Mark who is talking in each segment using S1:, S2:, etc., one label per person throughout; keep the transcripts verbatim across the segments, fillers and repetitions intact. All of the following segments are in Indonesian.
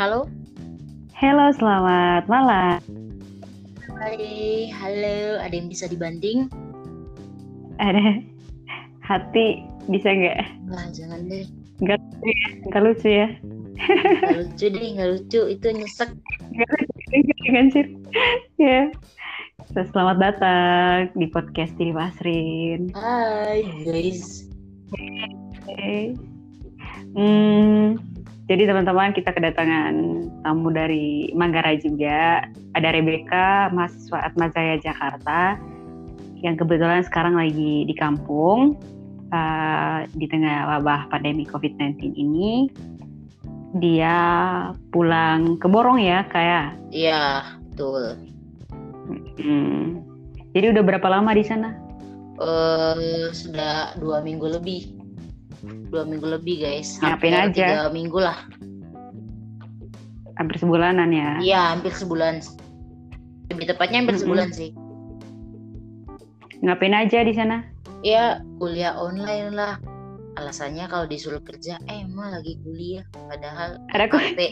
S1: Halo?
S2: Halo, selamat malam.
S1: Hai, halo. Ada yang bisa dibanding?
S2: Ada hati bisa nggak?
S1: Wah, jangan deh.
S2: Nggak lucu ya? Nggak lucu ya?
S1: Nggak lucu deh, nggak lucu. Itu nyesek.
S2: Nggak lucu kan sih? Ya. So, selamat datang di podcast Tiri Basrin.
S1: Hai, guys.
S2: Oke. Hmm, jadi teman-teman kita kedatangan tamu dari Manggarai juga. Ada Rebecca, mahasiswa Atmajaya Jakarta, yang kebetulan sekarang lagi di kampung uh, di tengah wabah pandemi covid sembilan belas ini. Dia pulang ke Borong ya, kayak?
S1: Iya, betul.
S2: Hmm. Jadi udah berapa lama di sana?
S1: Uh, sudah dua minggu lebih. Dua minggu lebih, guys.
S2: Ngapain
S1: Hampir
S2: aja?
S1: Tiga minggu lah.
S2: Hampir sebulanan ya?
S1: Iya, hampir sebulan. Lebih tepatnya hampir
S2: Mm-mm.
S1: sebulan sih.
S2: Ngapain aja di sana?
S1: Ya, kuliah online lah. Alasannya kalau disuruh kerja, eh emang lagi kuliah. Padahal
S2: Ada aku.
S1: H P.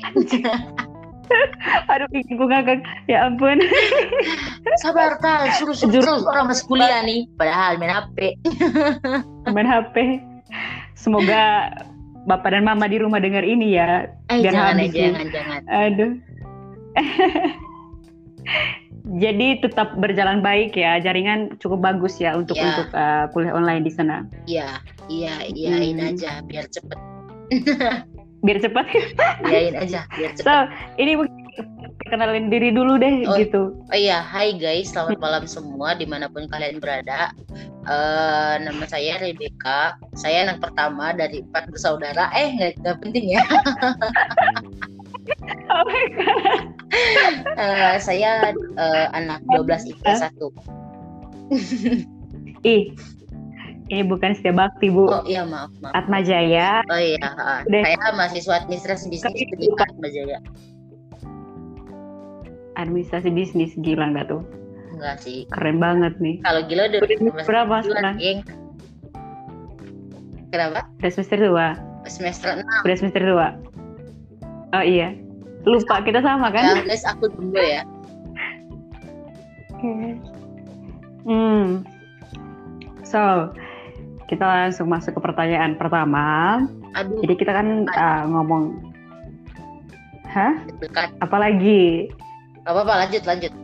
S2: Aduh, bikin gue ngakak. Ya ampun.
S1: Sabar Kal, suruh-suruh terus orang masih kuliah nih. Padahal main H P.
S2: Main H P. Semoga bapak dan mama di rumah dengar ini ya.
S1: Eh
S2: Biar
S1: jangan,
S2: habis
S1: eh,
S2: nih.
S1: jangan, jangan.
S2: Aduh. Jadi tetap berjalan baik ya, jaringan cukup bagus ya untuk
S1: Ya.
S2: untuk uh, kuliah online di sana.
S1: Iya, iya, iyain
S2: Hmm.
S1: aja biar cepet.
S2: Biar cepat.
S1: Iyain aja biar cepet.
S2: So, ini kenalin diri dulu deh
S1: Oh.
S2: gitu.
S1: Oh iya, hai guys, selamat malam semua dimanapun kalian berada. Uh, nama saya Rebecca. Saya anak pertama dari empat bersaudara. Eh nggak nggak penting ya.
S2: Oh my God.
S1: uh, saya uh, anak dua belas I P A satu.
S2: Ih, ini bukan Setia Bakti, Bu.
S1: Oh iya, maaf, maaf.
S2: Atmajaya.
S1: Oh iya, uh, saya mahasiswa administrasi bisnis di Atmajaya.
S2: Administrasi bisnis, gila nggak tuh?
S1: Enggak sih.
S2: Keren banget nih.
S1: Kalau gila udah
S2: Udah berapa sekarang?
S1: Kenapa?
S2: Udah semester dua.
S1: Semester enam.
S2: Udah semester dua. Oh iya. Lupa kita sama kan?
S1: Ya, guys, aku dulu ya.
S2: Oke. Okay. Hmm. So, kita langsung masuk ke pertanyaan pertama.
S1: Aduh.
S2: Jadi kita kan uh, ngomong. Hah?
S1: Dekat.
S2: Apalagi?
S1: Gak apa-apa, lanjut, lanjut.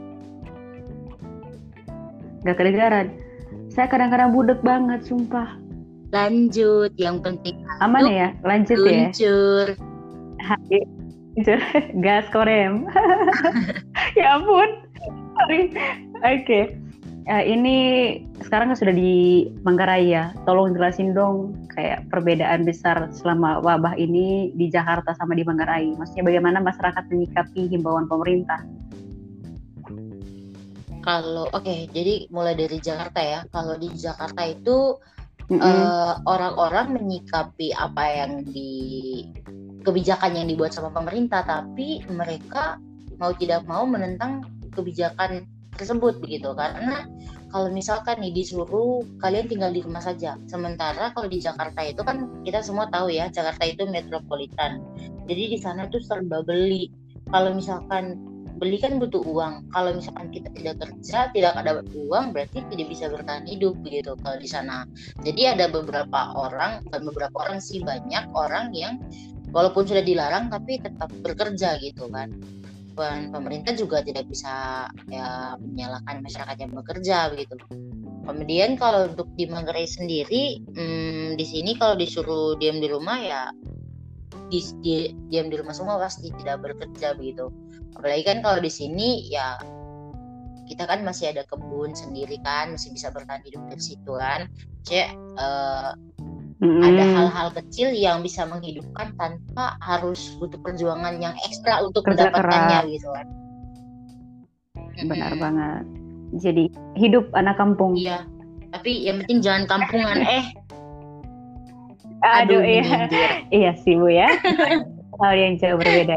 S2: Gak kedengaran. Saya kadang-kadang budek banget, sumpah.
S1: Lanjut, yang penting
S2: aman ya, lanjut ya.
S1: Luncur.
S2: Luncur. Gas korem. Ya ampun. Sorry. Oke. Okay. Uh, ini sekarang sudah di Manggarai ya. Tolong jelasin dong kayak perbedaan besar selama wabah ini di Jakarta sama di Manggarai. Maksudnya bagaimana masyarakat menyikapi himbauan pemerintah?
S1: Kalau oke, okay, jadi mulai dari Jakarta ya. Kalau di Jakarta itu
S2: Mm-hmm.
S1: uh, orang-orang menyikapi apa yang di kebijakan yang dibuat sama pemerintah, tapi mereka mau tidak mau menentang kebijakan tersebut begitu. Karena kalau misalkan nih disuruh kalian tinggal di rumah saja, sementara kalau di Jakarta itu kan kita semua tahu ya, Jakarta itu metropolitan. Jadi di sana tuh serba beli. Kalau misalkan beli kan butuh uang. Kalau misalkan kita tidak kerja, tidak ada uang, berarti tidak bisa bertahan hidup begitu kalau di sana. Jadi ada beberapa orang, bukan beberapa orang sih, banyak orang yang walaupun sudah dilarang tapi tetap bekerja gitu kan. Dan pemerintah juga tidak bisa ya menyalahkan masyarakat yang bekerja begitu. Kemudian kalau untuk di Manggarai sendiri, hmm, di sini kalau disuruh diam di rumah ya di, di, diam di rumah semua, pasti tidak bekerja begitu. Apalagi kan kalau di sini ya kita kan masih ada kebun sendiri kan, masih bisa bertahan hidup dari situ kan. Cek uh, mm-hmm. ada hal-hal kecil yang bisa menghidupkan tanpa harus butuh perjuangan yang ekstra untuk kerja mendapatkannya keras. Gitu kan.
S2: Benar hmm. banget. Jadi hidup anak kampung.
S1: Iya. Tapi yang penting jangan kampungan eh.
S2: Aduh, Aduh iya. Iya sih Bu ya. Hal yang jauh berbeda.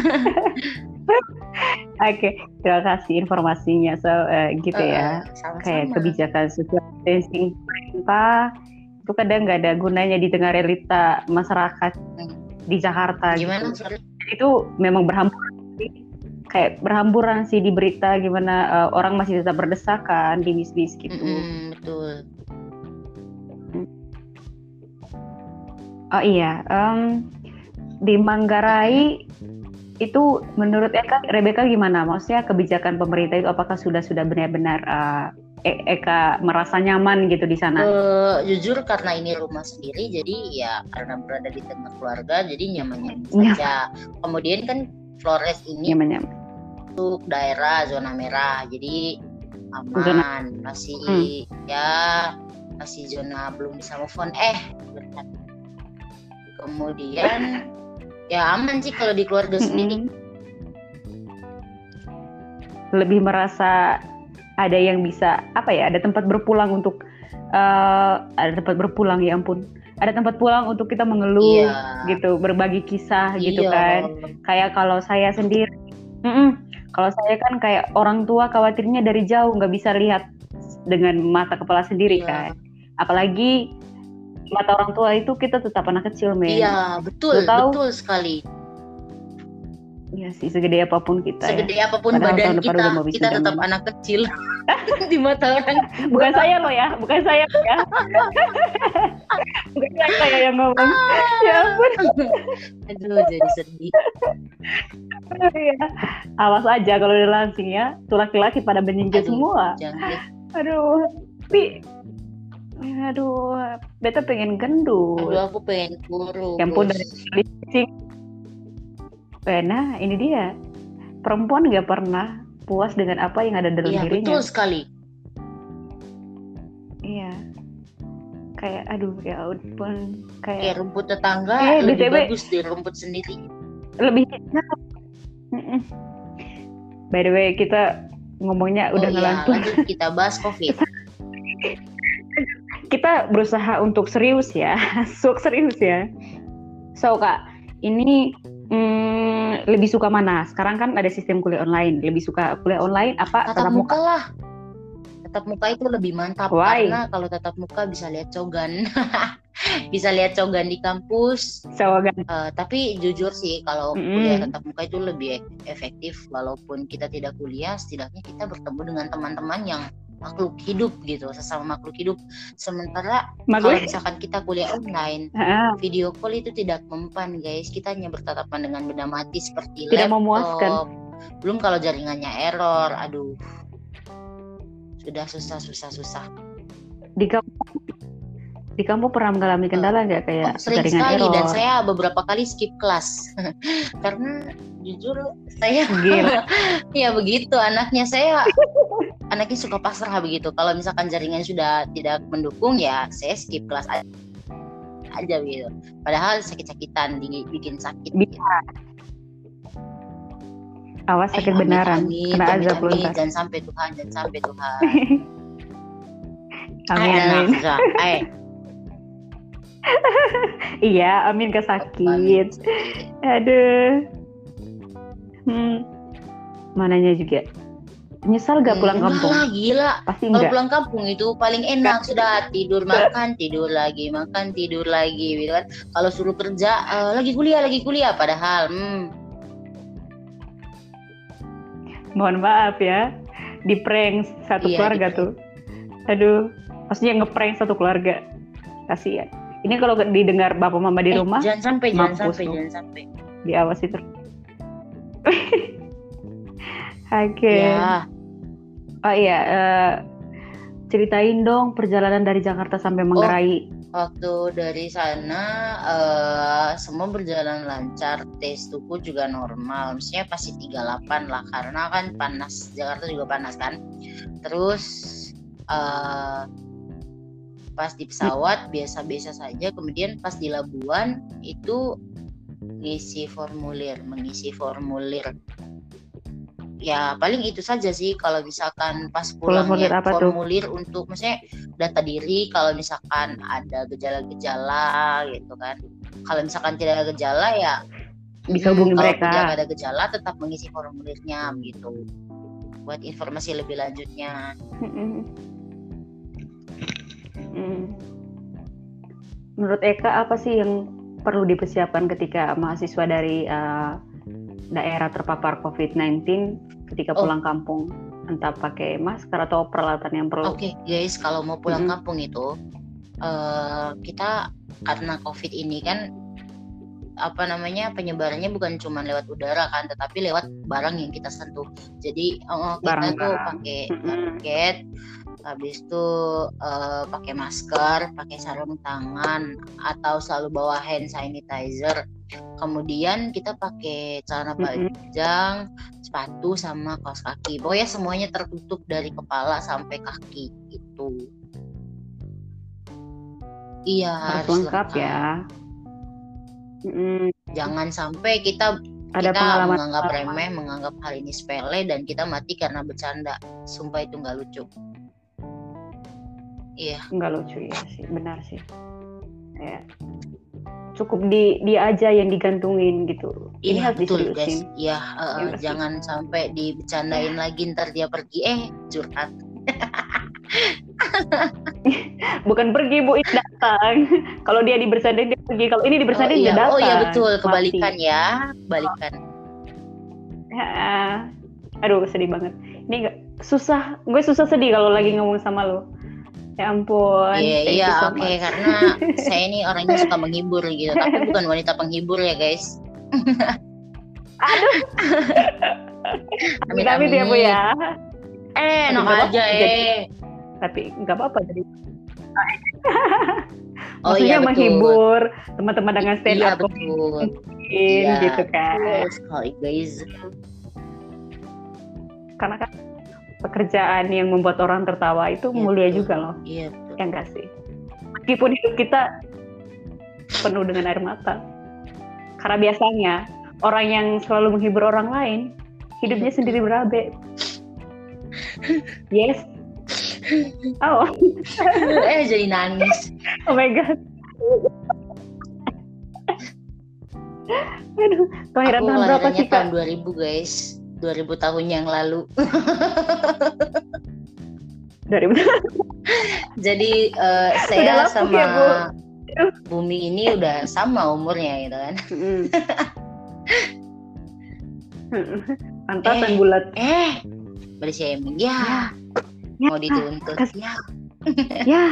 S2: Oke, okay, terima kasih informasinya. So uh, gitu uh, ya.
S1: Sama-sama.
S2: Kayak kebijakan social distancing pemerintah itu kadang nggak ada gunanya di tengah realita masyarakat hmm. di Jakarta.
S1: Gimana?
S2: Gitu.
S1: Sorry.
S2: itu memang berhamburan sih. Kayak berhamburan sih di berita gimana uh, orang masih tetap berdesakan di bis-bis gitu.
S1: Mm-mm, betul.
S2: Oh iya, um, di Manggarai mm-hmm. itu menurut Eka, Rebecca gimana? Maksudnya kebijakan pemerintah itu apakah sudah sudah benar-benar uh, Eka merasa nyaman gitu di sana?
S1: Uh, jujur karena ini rumah sendiri, jadi ya karena berada di tengah keluarga, jadi nyaman-nyaman saja. Kemudian kan Flores ini
S2: nyaman-nyaman.
S1: Untuk daerah zona merah, jadi aman, zona. masih hmm. ya masih zona belum bisa move on. Eh, benar. Kemudian ya aman sih kalau di keluarga hmm. sendiri.
S2: Lebih merasa ada yang bisa apa ya, ada tempat berpulang untuk uh, ada tempat berpulang ya ampun ada tempat pulang untuk kita mengeluh iya. gitu, berbagi kisah iya. gitu kan. Kayak kalau saya sendiri mm-mm, kalau saya kan kayak orang tua khawatirnya dari jauh nggak bisa lihat dengan mata kepala sendiri iya. kan, apalagi mata orang tua itu kita tetap anak kecil men.
S1: Iya betul betul sekali.
S2: Iya sih, segede apapun kita
S1: segede
S2: ya.
S1: apapun badan kita kita tetap anak kecil di mata orang.
S2: Bukan saya loh ya, bukan saya loh ya. Bukan saya yang ngomong. Ya ampun.
S1: Aduh jadi sedih.
S2: Ya. Awas aja kalau udah langsing ya, tuh laki-laki pada menyingkir semua.
S1: Jangan.
S2: Aduh, tapi aduh, beta pengen gendut.
S1: Aduh aku pengen kurus.
S2: Yang pun dari listing. Nah, ini dia. Perempuan nggak pernah puas dengan apa yang ada dalam
S1: iya,
S2: dirinya. Iya,
S1: betul sekali.
S2: Iya. Kayak aduh ya ampun, kayak
S1: kayak rumput tetangga eh, lebih B T W, bagus dari rumput sendiri.
S2: Lebih. By the way, kita ngomongnya
S1: oh,
S2: udah
S1: iya,
S2: ngelantur.
S1: Lanjut kita bahas Covid.
S2: Kita berusaha untuk serius ya, sok serius ya. So Kak, ini hmm, lebih suka mana? Sekarang kan ada sistem kuliah online. Lebih suka kuliah online apa
S1: tatap, tatap muka? muka lah. Tatap muka itu lebih mantap. Why? Karena kalau tatap muka bisa lihat cogan. Bisa lihat cogan di kampus.
S2: Cogan.
S1: Uh, tapi jujur sih kalau mm-hmm. kuliah tatap muka itu lebih efektif. Walaupun kita tidak kuliah, setidaknya kita bertemu dengan teman-teman yang makhluk hidup gitu, sesama makhluk hidup. Sementara Makhluk? Kalau misalkan kita kuliah online, uh-huh. video call itu tidak mempan guys. Kita hanya bertatapan dengan benda mati seperti
S2: tidak
S1: laptop.
S2: Memuaskan.
S1: Belum kalau jaringannya error, aduh, sudah susah susah susah.
S2: Di kamu, di kamu pernah mengalami kendala nggak uh, kayak
S1: oh, sering
S2: jaringan
S1: sekali,
S2: error?
S1: Dan saya beberapa kali skip kelas karena jujur saya ya begitu anaknya saya. Anaknya suka pasrah begitu. Kalau misalkan jaringan sudah tidak mendukung ya saya skip kelas aja, aja gitu. Padahal sakit-sakitan, bikin sakit. Gitu.
S2: Awas sakit eh, beneran.
S1: Amin,
S2: kena
S1: amin,
S2: azab
S1: amin, amin. Jangan sampai Tuhan, jangan sampai Tuhan.
S2: Amin,
S1: Ay,
S2: amin.
S1: Ay.
S2: Iya, amin kesakit. Amin. Aduh. Hmm. Mananya juga. Nyesal gak pulang
S1: enggak
S2: kampung?
S1: Lah, gila.
S2: Pasti
S1: kalau pulang kampung itu paling enak. Gak. Sudah tidur makan tidur lagi makan tidur lagi gitu kan. Kalau suruh kerja uh, lagi kuliah lagi kuliah padahal hmm.
S2: Mohon maaf ya, di prank satu iya, keluarga tuh. Aduh, maksudnya ngeprank satu keluarga. Kasihan. Ini kalau didengar bapak mama di
S1: eh,
S2: rumah,
S1: jangan sampai jangan sampai tuh. jangan sampai.
S2: Diawasi terus. Oke. Okay. Ya. Oh iya, uh, ceritain dong perjalanan dari Jakarta sampai Manggarai.
S1: Oh, waktu dari sana uh, semua berjalan lancar, tes tubuh juga normal. Maksudnya pasti tiga puluh delapan lah, karena kan panas, Jakarta juga panas kan. Terus uh, pas di pesawat biasa-biasa saja. Kemudian pas di Labuan itu ngisi formulir, mengisi formulir. Ya paling itu saja sih kalau misalkan pas pulangnya formulir, formulir untuk maksudnya data diri kalau misalkan ada gejala-gejala gitu kan. Kalau misalkan tidak ada gejala ya
S2: bisa hubungi
S1: kalau
S2: mereka.
S1: Kalau tidak ada gejala tetap mengisi formulirnya gitu. Buat informasi lebih lanjutnya.
S2: Menurut Eka apa sih yang perlu dipersiapkan ketika mahasiswa dari uh, daerah terpapar covid sembilan belas ketika
S1: Oh.
S2: pulang kampung, entah pakai masker atau peralatan yang perlu.
S1: Oke, guys, kalau mau pulang
S2: Mm-mm.
S1: kampung itu eh, kita karena COVID ini kan apa namanya penyebarannya bukan cuma lewat udara kan, tetapi lewat barang yang kita sentuh. Jadi oh, kita
S2: Barang-barang.
S1: tuh pakai
S2: Mm-mm.
S1: jaket, habis itu eh, pakai masker, pakai sarung tangan, atau selalu bawa hand sanitizer. Kemudian kita pakai celana
S2: Mm-mm.
S1: panjang, sepatu sama kaos kaki. Pokoknya semuanya tertutup dari kepala sampai kaki gitu. Iya,
S2: Harus
S1: harus
S2: lengkap ya. Mm-mm.
S1: Jangan sampai kita
S2: Ada
S1: kita
S2: pengalaman
S1: menganggap remeh, menganggap hal ini sepele dan kita mati karena bercanda. Sumpah itu nggak lucu. Iya.
S2: nggak lucu ya sih, benar sih. Ya. Cukup di dia aja yang digantungin gitu. Ini
S1: Iya
S2: harus
S1: betul
S2: diseriusin.
S1: guys. Iya, uh,
S2: Ya, pasti.
S1: jangan sampai dibercandain lagi ntar dia pergi eh curhat.
S2: Bukan pergi Bu, ini datang. Kalau dia dibercandain dia pergi. Kalau ini
S1: Oh
S2: dibercandain
S1: iya,
S2: dia datang.
S1: oh iya betul,
S2: Mati.
S1: kebalikan ya, kebalikan.
S2: Ya, aduh sedih banget. Ini gak, susah. Gue susah sedih kalau lagi ngomong sama lo. Ya ampun.
S1: Iya
S2: thank
S1: iya
S2: you so
S1: oke
S2: much.
S1: karena saya ini orangnya suka menghibur gitu, tapi bukan wanita penghibur ya guys.
S2: Aduh.
S1: Amit
S2: Amit ya Bu
S1: amit.
S2: ya.
S1: Eh, enak
S2: Nggak apa-apa,
S1: aja
S2: jadi-
S1: eh.
S2: Tapi nggak apa-apa jadi.
S1: Oh
S2: Maksudnya
S1: iya betul.
S2: menghibur teman-teman dengan stand
S1: Iya
S2: up
S1: betul.
S2: mungkin
S1: Iya,
S2: gitu kan.
S1: betul sekali guys.
S2: Karena kan pekerjaan yang membuat orang tertawa itu
S1: Iya,
S2: mulia
S1: betul.
S2: juga loh.
S1: Iya betul.
S2: Ya enggak sih? Meskipun hidup kita penuh dengan air mata. Karena biasanya orang yang selalu menghibur orang lain, hidupnya
S1: Iya,
S2: sendiri berabe. Yes. Oh,
S1: eh jadi nangis.
S2: oh my god. Aduh, kelahiran
S1: Aku
S2: tahun berapa
S1: kelahirannya
S2: sih
S1: tahun
S2: Kak?
S1: dua ribu guys. dua ribu tahun yang lalu.
S2: dua ribu.
S1: Jadi eh,
S2: Udah
S1: saya
S2: lapuk
S1: sama
S2: ya, Bu?
S1: Bumi ini udah sama umurnya gitu kan.
S2: Pantas
S1: Eh.
S2: dan bulat.
S1: Eh, bershaming ya.
S2: Ya.
S1: Mau dituntut
S2: Kas-
S1: ya.
S2: Ya.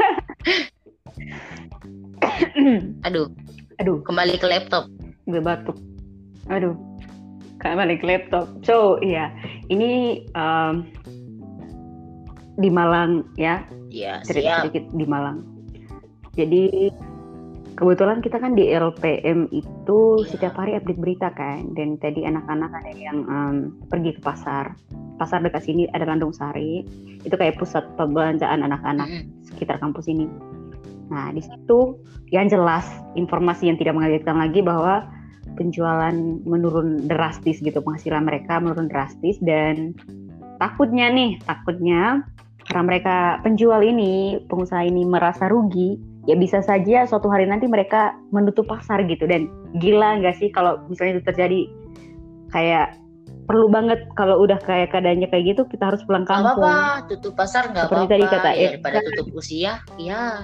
S1: Aduh,
S2: Aduh,
S1: kembali ke laptop.
S2: gue batuk. Aduh, kembali ke laptop. So, iya, ini um, di Malang ya,
S1: Ya,
S2: cerita
S1: siap.
S2: sedikit di Malang. Jadi kebetulan kita kan di L P M itu
S1: Iya.
S2: setiap hari update berita kan. Dan tadi anak-anak ada yang um, pergi ke pasar. Pasar dekat sini ada Landung Sari. Itu kayak pusat perbelanjaan anak-anak
S1: Mm-mm.
S2: sekitar kampus ini. Nah, di situ yang jelas informasi yang tidak mengagetkan lagi bahwa penjualan menurun drastis gitu, penghasilan mereka menurun drastis dan takutnya nih, takutnya karena mereka penjual ini, pengusaha ini merasa rugi, ya bisa saja suatu hari nanti mereka menutup pasar gitu. Dan gila nggak sih kalau misalnya itu terjadi, kayak perlu banget kalau udah kayak keadaannya kayak gitu kita harus pulang
S1: Gak
S2: kampung.
S1: apa-apa, tutup pasar gak
S2: Seperti
S1: apa-apa.
S2: tadi kata
S1: Ya,
S2: Eka.
S1: daripada tutup usia, ya.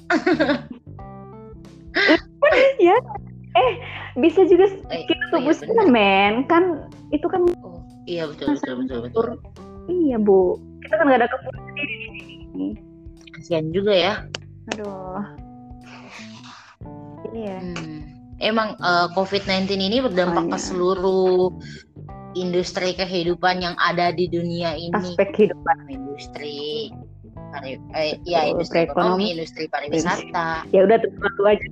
S2: Ya, eh bisa juga
S1: Eh,
S2: kita
S1: oh
S2: tubuh
S1: iya, bener.
S2: men, kan itu kan
S1: Oh, iya betul betul betul betul.
S2: iya Bu, kita kan nggak ada kebun sendiri di sini.
S1: Kasian juga ya.
S2: Aduh, iya.
S1: Hmm. Emang eh, covid sembilan belas ini berdampak ke
S2: Makanya.
S1: seluruh industri kehidupan yang ada di dunia ini.
S2: Aspek kehidupan.
S1: Industri pari, eh, ya
S2: Betul,
S1: industri
S2: perekonomian.
S1: ekonomi, industri pariwisata,
S2: Ya udah tentu aja.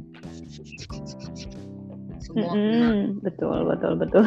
S1: semua. Nah,
S2: Mm-mm, betul, betul, betul.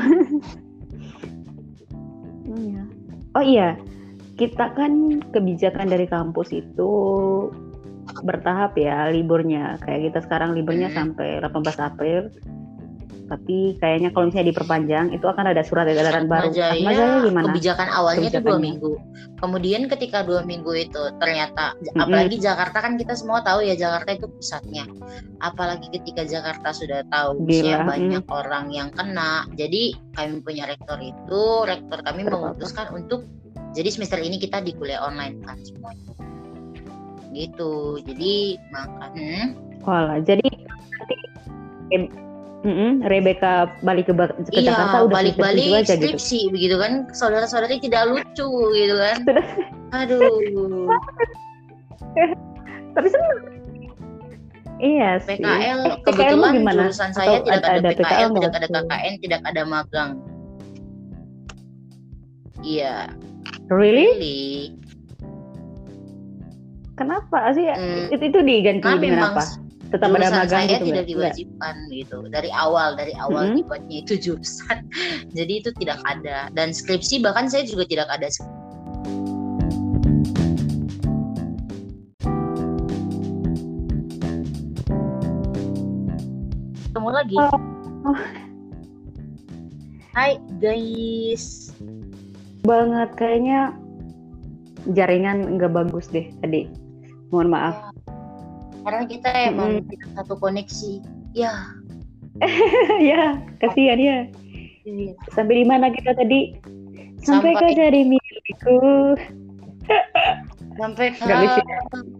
S2: Iya. Oh iya, kita kan kebijakan dari kampus itu bertahap ya liburnya. Kayak kita sekarang liburnya
S1: Hmm.
S2: sampai delapan belas April. Tapi kayaknya kalau misalnya diperpanjang itu akan ada surat edaran baru.
S1: Atmajaya,
S2: Atmajaya gimana?
S1: kebijakan awalnya itu dua
S2: kebijakannya?
S1: minggu. Kemudian ketika dua minggu itu ternyata,
S2: Mm-mm.
S1: apalagi Jakarta kan kita semua tahu ya Jakarta itu pusatnya. Apalagi ketika Jakarta sudah tahu
S2: Gila,
S1: ya banyak orang yang kena. Jadi kami punya rektor itu, rektor kami
S2: Terpapar.
S1: memutuskan untuk jadi semester ini kita di kuliah online kan semuanya. Gitu. Jadi maka hmm,
S2: Walah, jadi nanti eh, Mm-mm, Rebecca balik ke, ke
S1: iya,
S2: Jakarta udah
S1: balik-balik
S2: aja
S1: skripsi
S2: gitu.
S1: begitu kan, saudara-saudari tidak lucu gitu kan. Aduh.
S2: Tapi senang. Iya
S1: P K
S2: sih.
S1: L
S2: Eh,
S1: kebetulan
S2: P K L gimana?
S1: jurusan
S2: Atau
S1: saya tidak ada,
S2: ada, ada
S1: P K L, tidak
S2: nggak?
S1: ada K K N, tidak ada magang. Iya.
S2: Really?
S1: Really.
S2: Kenapa sih?
S1: Hmm,
S2: Itu, itu diganti
S1: Nah,
S2: dengan
S1: memang
S2: apa? Tetap ada
S1: jurusan
S2: magang
S1: saya
S2: gitu
S1: tidak
S2: nggak?
S1: diwajibkan gitu dari awal dari awal
S2: Mm-hmm.
S1: dibuatnya itu jurusan. Jadi itu tidak ada, dan skripsi bahkan saya juga tidak ada. Ketemu lagi.
S2: Oh.
S1: Hai guys.
S2: Banget kayaknya jaringan nggak bagus deh tadi. Mohon maaf.
S1: Ya, karena kita emang
S2: Mm-hmm.
S1: tidak satu koneksi. Ya.
S2: Ya, kasihan ya.
S1: Iya.
S2: Sampai di mana kita tadi? Sampai,
S1: Sampai
S2: ke jari milikku.
S1: Sampai ke
S2: Gak lucu.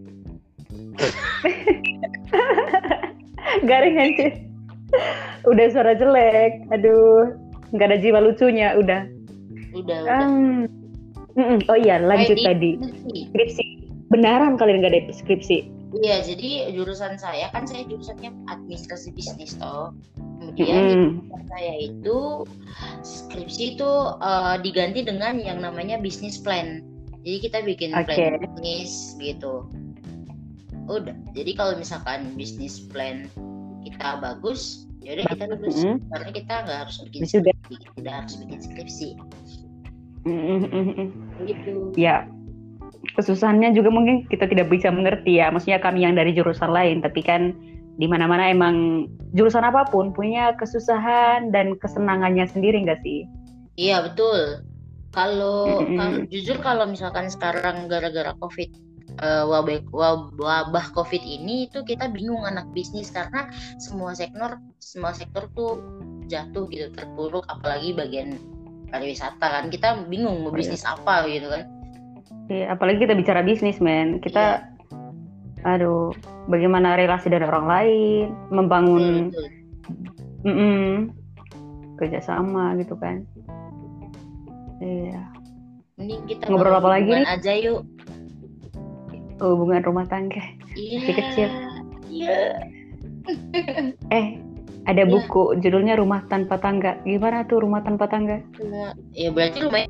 S2: Garing aja. Udah suara jelek. Aduh, nggak ada jiwa lucunya. Udah.
S1: Udah. udah.
S2: Um, oh iya, lanjut
S1: Kayak
S2: tadi.
S1: Skripsi.
S2: Skripsi. Benaran kalian nggak ada skripsi?
S1: Iya, jadi jurusan saya kan saya jurusannya administrasi bisnis toh. Kemudian
S2: Mm-hmm.
S1: di jurusan saya itu skripsi itu uh, diganti dengan yang namanya business plan. Jadi kita bikin
S2: Okay.
S1: plan bisnis gitu. Udah. Jadi kalau misalkan business plan kita bagus, ya udah kita lulus.
S2: Mm-hmm.
S1: Karena kita nggak harus bikin
S2: Sudah.
S1: skripsi, tidak harus bikin skripsi.
S2: Mm-hmm.
S1: Gitu.
S2: Ya. Kesusahannya juga mungkin kita tidak bisa mengerti ya. Maksudnya kami yang dari jurusan lain, tapi kan di mana-mana emang jurusan apapun punya kesusahan dan kesenangannya sendiri nggak sih?
S1: Iya betul. Kalau
S2: Mm-hmm.
S1: kalau jujur kalau misalkan sekarang gara-gara COVID, uh, wabah, wabah COVID ini itu kita bingung anak bisnis karena semua sektor semua sektor tuh jatuh gitu, terpuruk, apalagi bagian pariwisata kan, kita bingung mau bisnis apa gitu kan.
S2: Ya, apalagi kita bicara bisnis, men. Kita, yeah. aduh, bagaimana relasi dengan orang lain, membangun mm-mm, kerjasama gitu kan. Iya.
S1: Mending kita
S2: ngobrol apa lagi nih?
S1: Aja yuk.
S2: Hubungan rumah tangga.
S1: Iya.
S2: Masih kecil.
S1: Iya.
S2: eh, ada yeah. buku judulnya Rumah Tanpa Tangga. Gimana tuh rumah tanpa tangga?
S1: Ya berarti rumah.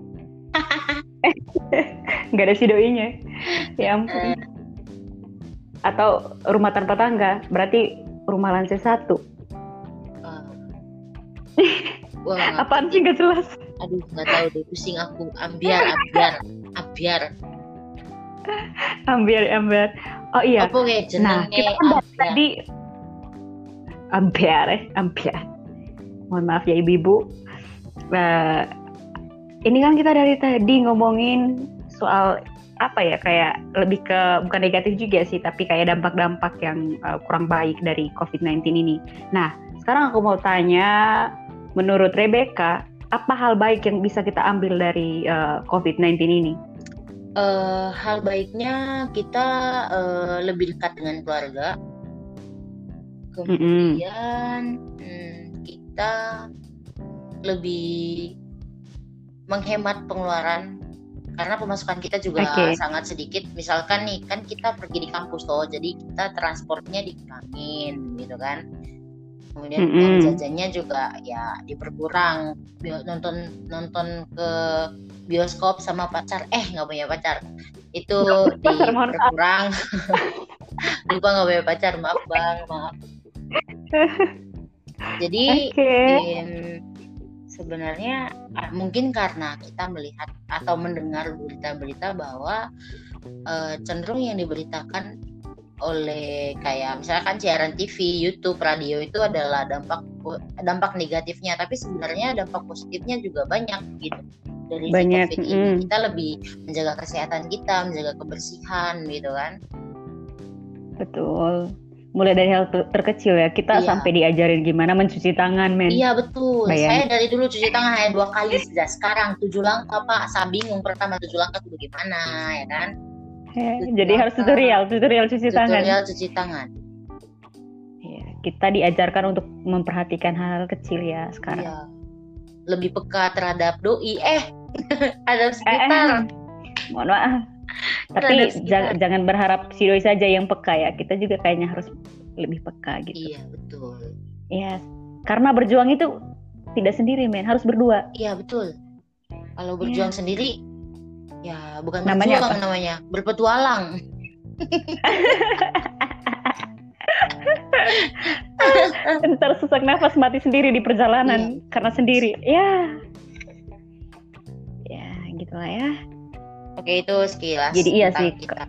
S2: Nggak ada si doinya. Ya ampun. Atau rumah tanpa tangga berarti rumah lantai satu.
S1: uh. Wah,
S2: apaan sih nggak jelas?
S1: Aduh nggak tahu deh, pusing aku. Ambiar ambiar ambiar
S2: ambiar ambiar oh iya.
S1: Apa kayak jenenge?
S2: Nah kita kan tadi ambiar eh ambiar mohon maaf ya ibu-ibu. Nah, ini kan kita dari tadi ngomongin soal apa ya, kayak lebih ke bukan negatif juga sih, tapi kayak dampak-dampak yang uh, kurang baik dari covid sembilan belas ini. Nah, sekarang aku mau tanya, menurut Rebecca, apa hal baik yang bisa kita ambil dari uh, covid sembilan belas ini?
S1: Uh, hal baiknya kita uh, lebih dekat dengan keluarga. Kemudian mm-hmm. hmm, kita lebih menghemat pengeluaran karena pemasukan kita juga okay. sangat sedikit. Misalkan nih kan kita pergi di kampus toh, jadi kita transportnya dikurangin gitu kan. Kemudian mm-hmm. jajannya juga ya diperkurang. Nonton nonton ke bioskop sama pacar, eh nggak punya pacar, itu diperkurang. Lupa nggak punya pacar, maaf bang, maaf. Jadi okay. em, sebenarnya mungkin karena kita melihat atau mendengar berita-berita bahwa uh, cenderung yang diberitakan oleh kayak misalkan siaran T V, YouTube, radio itu adalah dampak dampak negatifnya, tapi sebenarnya dampak positifnya juga banyak gitu. Dari
S2: banyak,
S1: COVID ini mm. kita lebih menjaga kesehatan kita, menjaga kebersihan gitu kan.
S2: Betul. Mulai dari hal ter- terkecil ya, kita iya. sampai diajarin gimana mencuci tangan, men.
S1: Iya betul.
S2: Bayang.
S1: Saya dari dulu cuci tangan hanya dua kali saja. Sekarang tujuh langkah Pak. Saya bingung pertama tujuh langkah itu gimana ya kan?
S2: Eh, jadi langkah. harus tutorial, tutorial cuci
S1: tutorial
S2: tangan.
S1: Tutorial cuci tangan.
S2: Iya. kita diajarkan untuk memperhatikan hal-hal kecil ya sekarang.
S1: Iya. Lebih peka terhadap doi. Eh, ada sekitar.
S2: Eh, eh. Mohon maaf. Tapi j- jangan berharap si doi saja yang peka ya. Kita juga kayaknya harus lebih peka gitu.
S1: Iya, betul.
S2: Iya, karena berjuang itu tidak sendiri, men. Harus berdua.
S1: Iya, betul. Kalau berjuang
S2: Iya.
S1: sendiri, ya bukan
S2: Namanya
S1: berjuang
S2: apa?
S1: namanya. Berpetualang.
S2: Ntar sesak nafas mati sendiri di perjalanan. Iya. Karena sendiri. Ya. Ya, gitulah ya.
S1: Oke, itu sekilas.
S2: Jadi iya sih.
S1: Kita.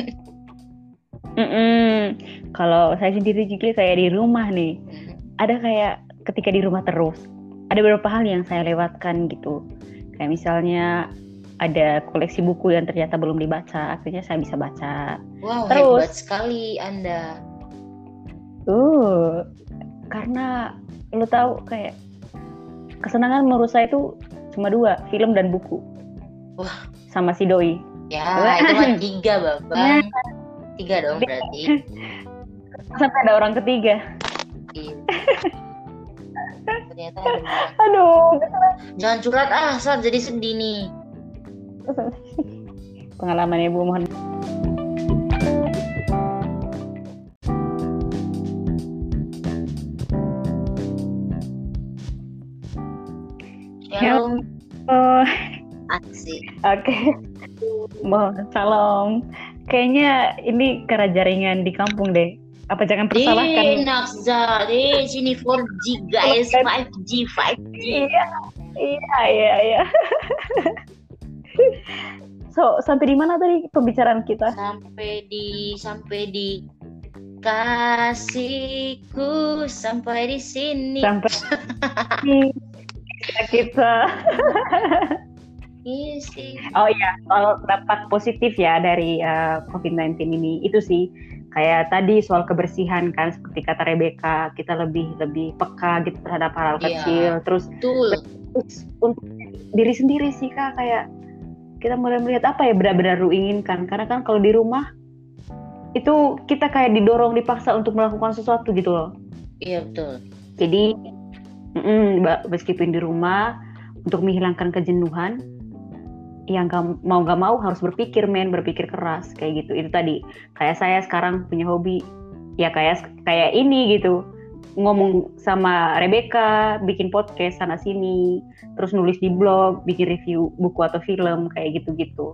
S2: Kalau saya sendiri juga saya di rumah nih. Ada kayak ketika di rumah terus. Ada beberapa hal yang saya lewatkan gitu. Kayak misalnya ada koleksi buku yang ternyata belum dibaca. Akhirnya saya bisa baca.
S1: Wow,
S2: terus,
S1: hebat sekali Anda.
S2: Uh, karena lo tahu kayak kesenangan menurut saya itu cuma dua, film dan buku.
S1: Wah.
S2: Sama si doi.
S1: Ya, itu mah tiga, Babang. Tiga dong berarti.
S2: Sampai ada orang ketiga.
S1: Iya. Ternyata ada orang.
S2: Aduh.
S1: Jangan curhat ah, saat jadi sedih nih.
S2: Pengalaman Ibu mohon.
S1: Shalom.
S2: Oh.
S1: Asik.
S2: Oke. Okay. Mohon salam. Kayaknya ini karena jaringan di kampung deh. Apa jangan persalahkan?
S1: Di Nakza, di sini four G guys, five G, five G.
S2: Iya, iya, iya, iya. So, sampai di mana tadi pembicaraan kita?
S1: Sampai di, sampai di kasihku, sampai di sini.
S2: Sampai di kita.
S1: Isi.
S2: Oh iya, soal dampak positif ya dari uh, covid sembilan belas ini, itu sih kayak tadi soal kebersihan kan, seperti kata Rebecca, kita lebih lebih peka gitu terhadap hal-hal
S1: yeah,
S2: kecil, terus
S1: betul.
S2: Untuk diri sendiri sih Kak, kayak kita mulai melihat apa ya benar-benar lu inginkan, karena kan kalau di rumah itu kita kayak didorong, dipaksa untuk melakukan sesuatu gitu loh.
S1: Iya betul.
S2: Jadi meskipun di rumah untuk menghilangkan kejenuhan, yang gak, mau gak mau harus berpikir men, berpikir keras kayak gitu. Itu tadi kayak saya sekarang punya hobi ya kayak kayak ini gitu, ngomong sama Rebecca, bikin podcast sana sini, terus nulis di blog, bikin review buku atau film kayak gitu-gitu.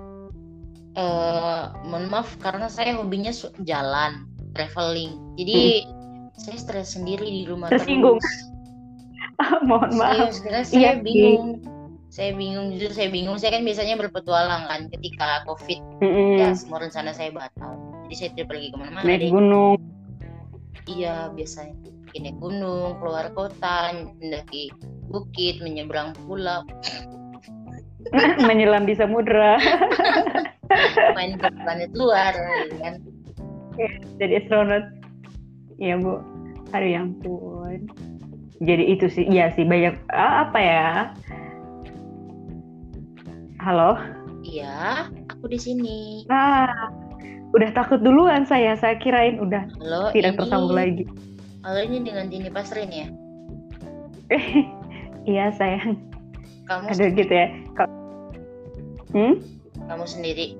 S1: Uh, mohon maaf karena saya hobinya jalan, traveling, jadi hmm. saya stres sendiri di rumah.
S2: Tersinggung. Mohon maaf.
S1: Saya, saya iya, bingung. Iya. Saya bingung, jujur saya bingung. Saya kan biasanya berpetualang kan ketika COVID. Mm-hmm. Ya, semua rencana saya batal. Jadi saya tidak pergi kemana-mana.
S2: Naik gunung.
S1: Iya, biasanya naik gunung, keluar kota, mendaki bukit, menyeberang pulau.
S2: Menyelam di samudra.
S1: Main ke planet luar, kan.
S2: Jadi astronot. Iya, Bu. Aduh, ya ampun. Jadi itu sih, iya sih banyak apa ya? Halo?
S1: Iya, aku di sini.
S2: Ah, udah takut duluan saya. Saya kirain udah
S1: halo,
S2: tidak
S1: ini,
S2: tersambung lagi.
S1: Halo, ini dengan Dini Pasrin ya?
S2: Iya sayang.
S1: Kamu
S2: ada gitu ya? Hmm?
S1: Kamu sendiri?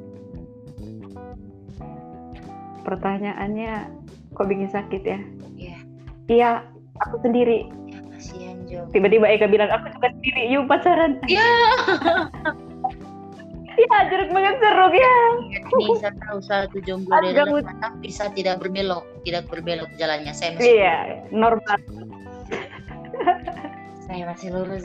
S2: Pertanyaannya kok bikin sakit ya?
S1: Iya.
S2: Iya, aku sendiri.
S1: Ya kasihan Jo.
S2: Tiba-tiba Eka bilang aku juga sendiri, yuk pacaran.
S1: Iya.
S2: Ya, jeruk banget jeruk ya.
S1: Ini saya tahu satu jomblo dari dalam mata bisa tidak berbelok, tidak berbelok jalannya. Saya masih
S2: iya, normal.
S1: Saya masih lurus.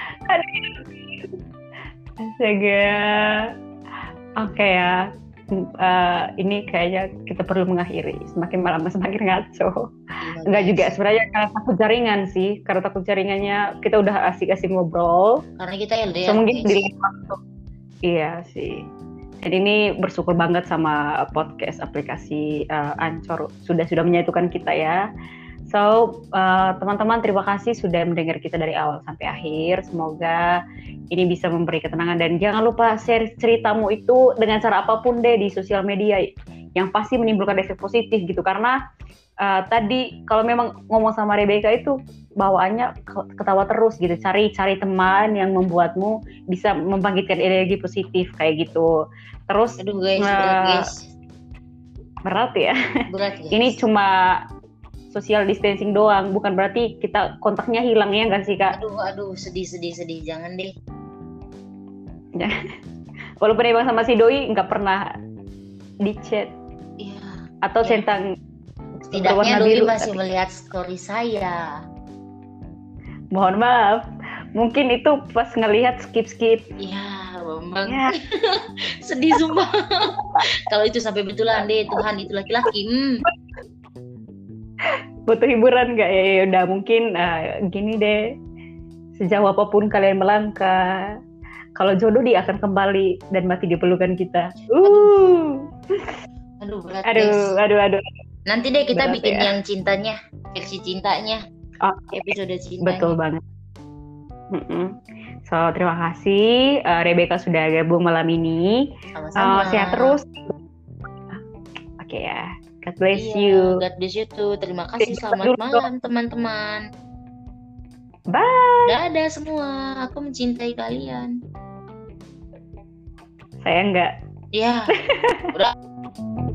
S2: Astaga. Oke ya. Uh, ini kayaknya kita perlu mengakhiri. Semakin malam semakin ngaco. Ya, enggak juga sebenarnya karena takut jaringan sih. Karena takut jaringannya kita udah asik-asik ngobrol.
S1: Karena kita L D R.
S2: So, mungkin di waktu. Iya sih. Dan ini bersyukur banget sama podcast aplikasi uh, Anchor sudah sudah menyatukan kita ya. So uh, teman-teman terima kasih sudah mendengar kita dari awal sampai akhir. Semoga ini bisa memberi ketenangan dan jangan lupa share ceritamu itu dengan cara apapun deh di sosial media yang pasti menimbulkan efek positif gitu. Karena uh, tadi kalau memang ngomong sama Rebecca itu bawaannya ketawa terus gitu, cari cari teman yang membuatmu bisa membangkitkan energi positif kayak gitu. Terus
S1: Aduh guys,
S2: uh,
S1: berat guys.
S2: Berat ya.
S1: Berat guys.
S2: Ini cuma social distancing doang, bukan berarti kita kontaknya hilang ya nggak sih Kak?
S1: Aduh, aduh, sedih, sedih, sedih, jangan deh.
S2: Ya. Walaupun emang sama si Doi nggak pernah di chat,
S1: ya,
S2: atau
S1: ya.
S2: centang.
S1: Setidaknya Doi
S2: biru,
S1: masih
S2: tapi...
S1: melihat story saya.
S2: Mohon maaf, mungkin itu pas ngelihat skip-skip.
S1: Iya, Bambang.
S2: Ya.
S1: Sedih sumpah. Kalau itu sampai betulan deh, Tuhan itu laki-laki. Hmm.
S2: Butuh hiburan nggak ya? Ya udah mungkin uh, gini deh, sejauh apapun kalian melangkah, kalau jodoh dia akan kembali dan mati di pelukan kita. Uh.
S1: Aduh berat
S2: aduh,
S1: guys.
S2: aduh, aduh.
S1: Nanti deh kita
S2: berat
S1: bikin
S2: ya.
S1: yang cintanya, versi cintanya,
S2: okay.
S1: episode cintanya.
S2: Betul banget. Mm-mm. So terima kasih uh, Rebecca sudah gabung malam ini.
S1: Sama-sama.
S2: Uh, sehat terus. Oke okay, ya. God bless
S1: iya,
S2: you.
S1: God bless you too. Terima kasih. Selamat malam teman-teman.
S2: Bye.
S1: Dadah semua. Aku mencintai kalian.
S2: Saya enggak.
S1: Ya. Udah.